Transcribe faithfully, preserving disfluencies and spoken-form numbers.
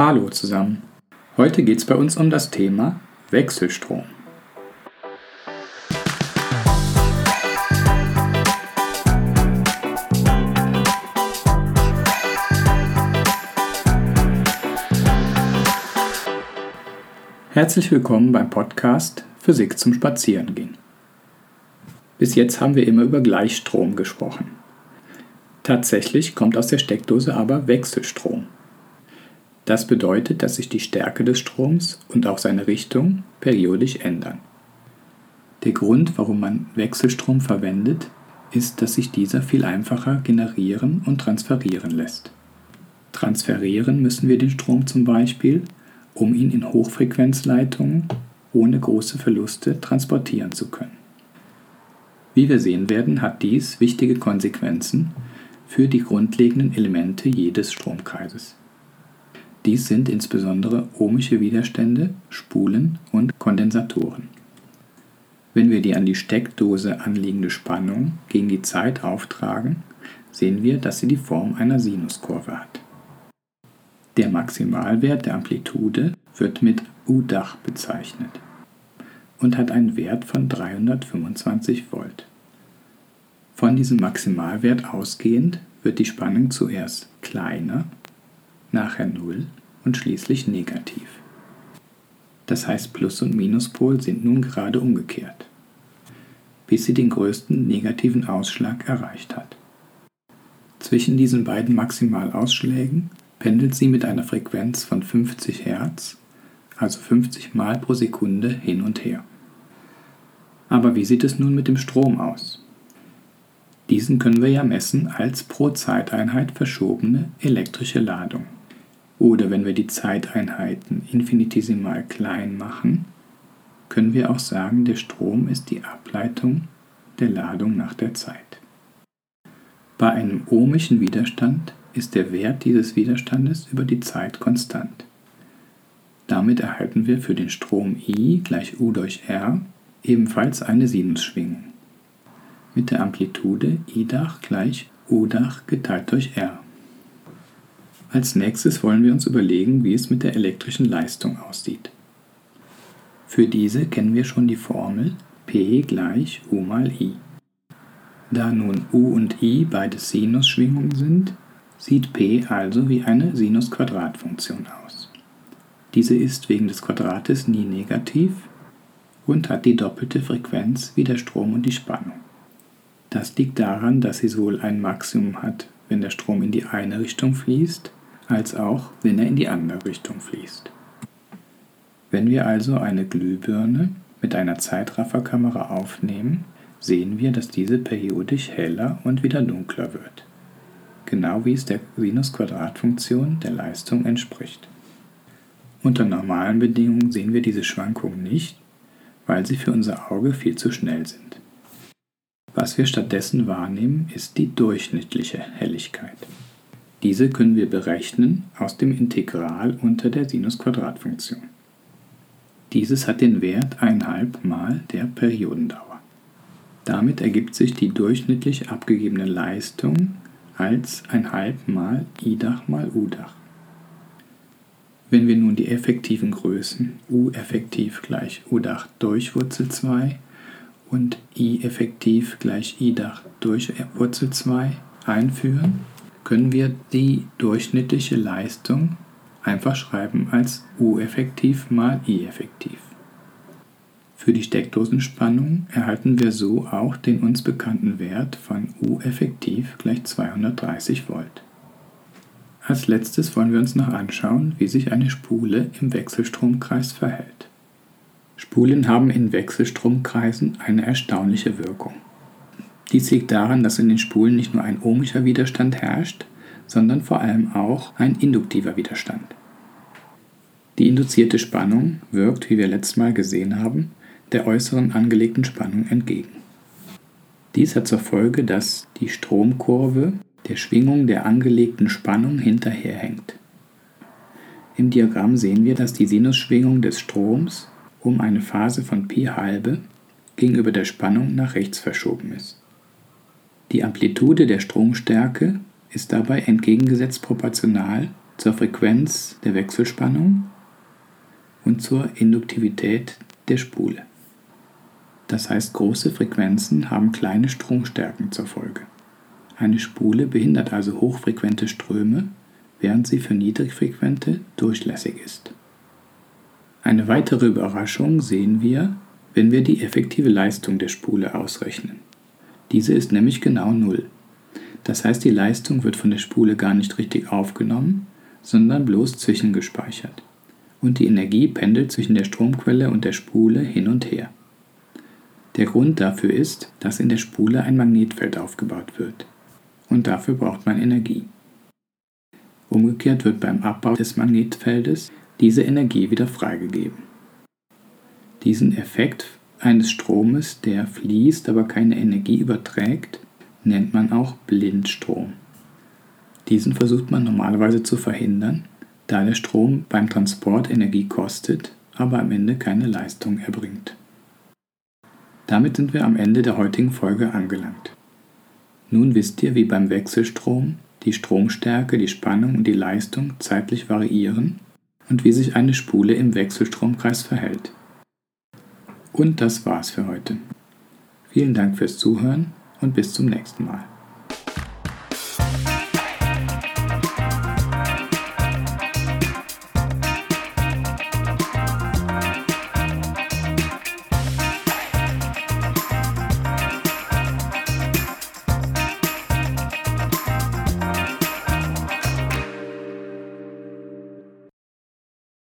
Hallo zusammen. Heute geht es bei uns um das Thema Wechselstrom. Herzlich willkommen beim Podcast Physik zum Spazierengehen. Bis jetzt haben wir immer über Gleichstrom gesprochen. Tatsächlich kommt aus der Steckdose aber Wechselstrom. Das bedeutet, dass sich die Stärke des Stroms und auch seine Richtung periodisch ändern. Der Grund, warum man Wechselstrom verwendet, ist, dass sich dieser viel einfacher generieren und transferieren lässt. Transferieren müssen wir den Strom zum Beispiel, um ihn in Hochfrequenzleitungen ohne große Verluste transportieren zu können. Wie wir sehen werden, hat dies wichtige Konsequenzen für die grundlegenden Elemente jedes Stromkreises. Dies sind insbesondere ohmische Widerstände, Spulen und Kondensatoren. Wenn wir die an die Steckdose anliegende Spannung gegen die Zeit auftragen, sehen wir, dass sie die Form einer Sinuskurve hat. Der Maximalwert der Amplitude wird mit U-Dach bezeichnet und hat einen Wert von dreihundertfünfundzwanzig Volt. Von diesem Maximalwert ausgehend wird die Spannung zuerst kleiner, nachher null und schließlich negativ. Das heißt, Plus- und Minuspol sind nun gerade umgekehrt, bis sie den größten negativen Ausschlag erreicht hat. Zwischen diesen beiden Maximalausschlägen pendelt sie mit einer Frequenz von fünfzig Hertz, also fünfzig Mal pro Sekunde, hin und her. Aber wie sieht es nun mit dem Strom aus? Diesen können wir ja messen als pro Zeiteinheit verschobene elektrische Ladung. Oder wenn wir die Zeiteinheiten infinitesimal klein machen, können wir auch sagen, der Strom ist die Ableitung der Ladung nach der Zeit. Bei einem ohmischen Widerstand ist der Wert dieses Widerstandes über die Zeit konstant. Damit erhalten wir für den Strom I gleich U durch R ebenfalls eine Sinusschwingung. Mit der Amplitude I' gleich U' geteilt durch R. Als nächstes wollen wir uns überlegen, wie es mit der elektrischen Leistung aussieht. Für diese kennen wir schon die Formel P gleich U mal I. Da nun U und I beides Sinusschwingungen sind, sieht P also wie eine Sinus-Quadratfunktion aus. Diese ist wegen des Quadrates nie negativ und hat die doppelte Frequenz wie der Strom und die Spannung. Das liegt daran, dass sie sowohl ein Maximum hat, wenn der Strom in die eine Richtung fließt, als auch, wenn er in die andere Richtung fließt. Wenn wir also eine Glühbirne mit einer Zeitrafferkamera aufnehmen, sehen wir, dass diese periodisch heller und wieder dunkler wird. Genau wie es der Sinus-Quadratfunktion der Leistung entspricht. Unter normalen Bedingungen sehen wir diese Schwankungen nicht, weil sie für unser Auge viel zu schnell sind. Was wir stattdessen wahrnehmen, ist die durchschnittliche Helligkeit. Diese können wir berechnen aus dem Integral unter der Sinus-Quadratfunktion. Dieses hat den Wert eins Komma fünf mal der Periodendauer. Damit ergibt sich die durchschnittlich abgegebene Leistung als eins Komma fünf mal I' mal U'. Wenn wir nun die effektiven Größen U effektiv gleich U' durch Wurzel zwei und I effektiv gleich I' durch Wurzel zwei einführen, können wir die durchschnittliche Leistung einfach schreiben als U effektiv mal I effektiv. Für die Steckdosenspannung erhalten wir so auch den uns bekannten Wert von U effektiv gleich zweihundertdreißig Volt. Als letztes wollen wir uns noch anschauen, wie sich eine Spule im Wechselstromkreis verhält. Spulen haben in Wechselstromkreisen eine erstaunliche Wirkung. Dies liegt daran, dass in den Spulen nicht nur ein ohmischer Widerstand herrscht, sondern vor allem auch ein induktiver Widerstand. Die induzierte Spannung wirkt, wie wir letztes Mal gesehen haben, der äußeren angelegten Spannung entgegen. Dies hat zur Folge, dass die Stromkurve der Schwingung der angelegten Spannung hinterherhängt. Im Diagramm sehen wir, dass die Sinusschwingung des Stroms um eine Phase von Pi halbe gegenüber der Spannung nach rechts verschoben ist. Die Amplitude der Stromstärke ist dabei entgegengesetzt proportional zur Frequenz der Wechselspannung und zur Induktivität der Spule. Das heißt, große Frequenzen haben kleine Stromstärken zur Folge. Eine Spule behindert also hochfrequente Ströme, während sie für niedrigfrequente durchlässig ist. Eine weitere Überraschung sehen wir, wenn wir die effektive Leistung der Spule ausrechnen. Diese ist nämlich genau null. Das heißt, die Leistung wird von der Spule gar nicht richtig aufgenommen, sondern bloß zwischengespeichert. Und die Energie pendelt zwischen der Stromquelle und der Spule hin und her. Der Grund dafür ist, dass in der Spule ein Magnetfeld aufgebaut wird. Und dafür braucht man Energie. Umgekehrt wird beim Abbau des Magnetfeldes diese Energie wieder freigegeben. Diesen Effekt eines Stromes, der fließt, aber keine Energie überträgt, nennt man auch Blindstrom. Diesen versucht man normalerweise zu verhindern, da der Strom beim Transport Energie kostet, aber am Ende keine Leistung erbringt. Damit sind wir am Ende der heutigen Folge angelangt. Nun wisst ihr, wie beim Wechselstrom die Stromstärke, die Spannung und die Leistung zeitlich variieren und wie sich eine Spule im Wechselstromkreis verhält. Und das war's für heute. Vielen Dank fürs Zuhören und bis zum nächsten Mal.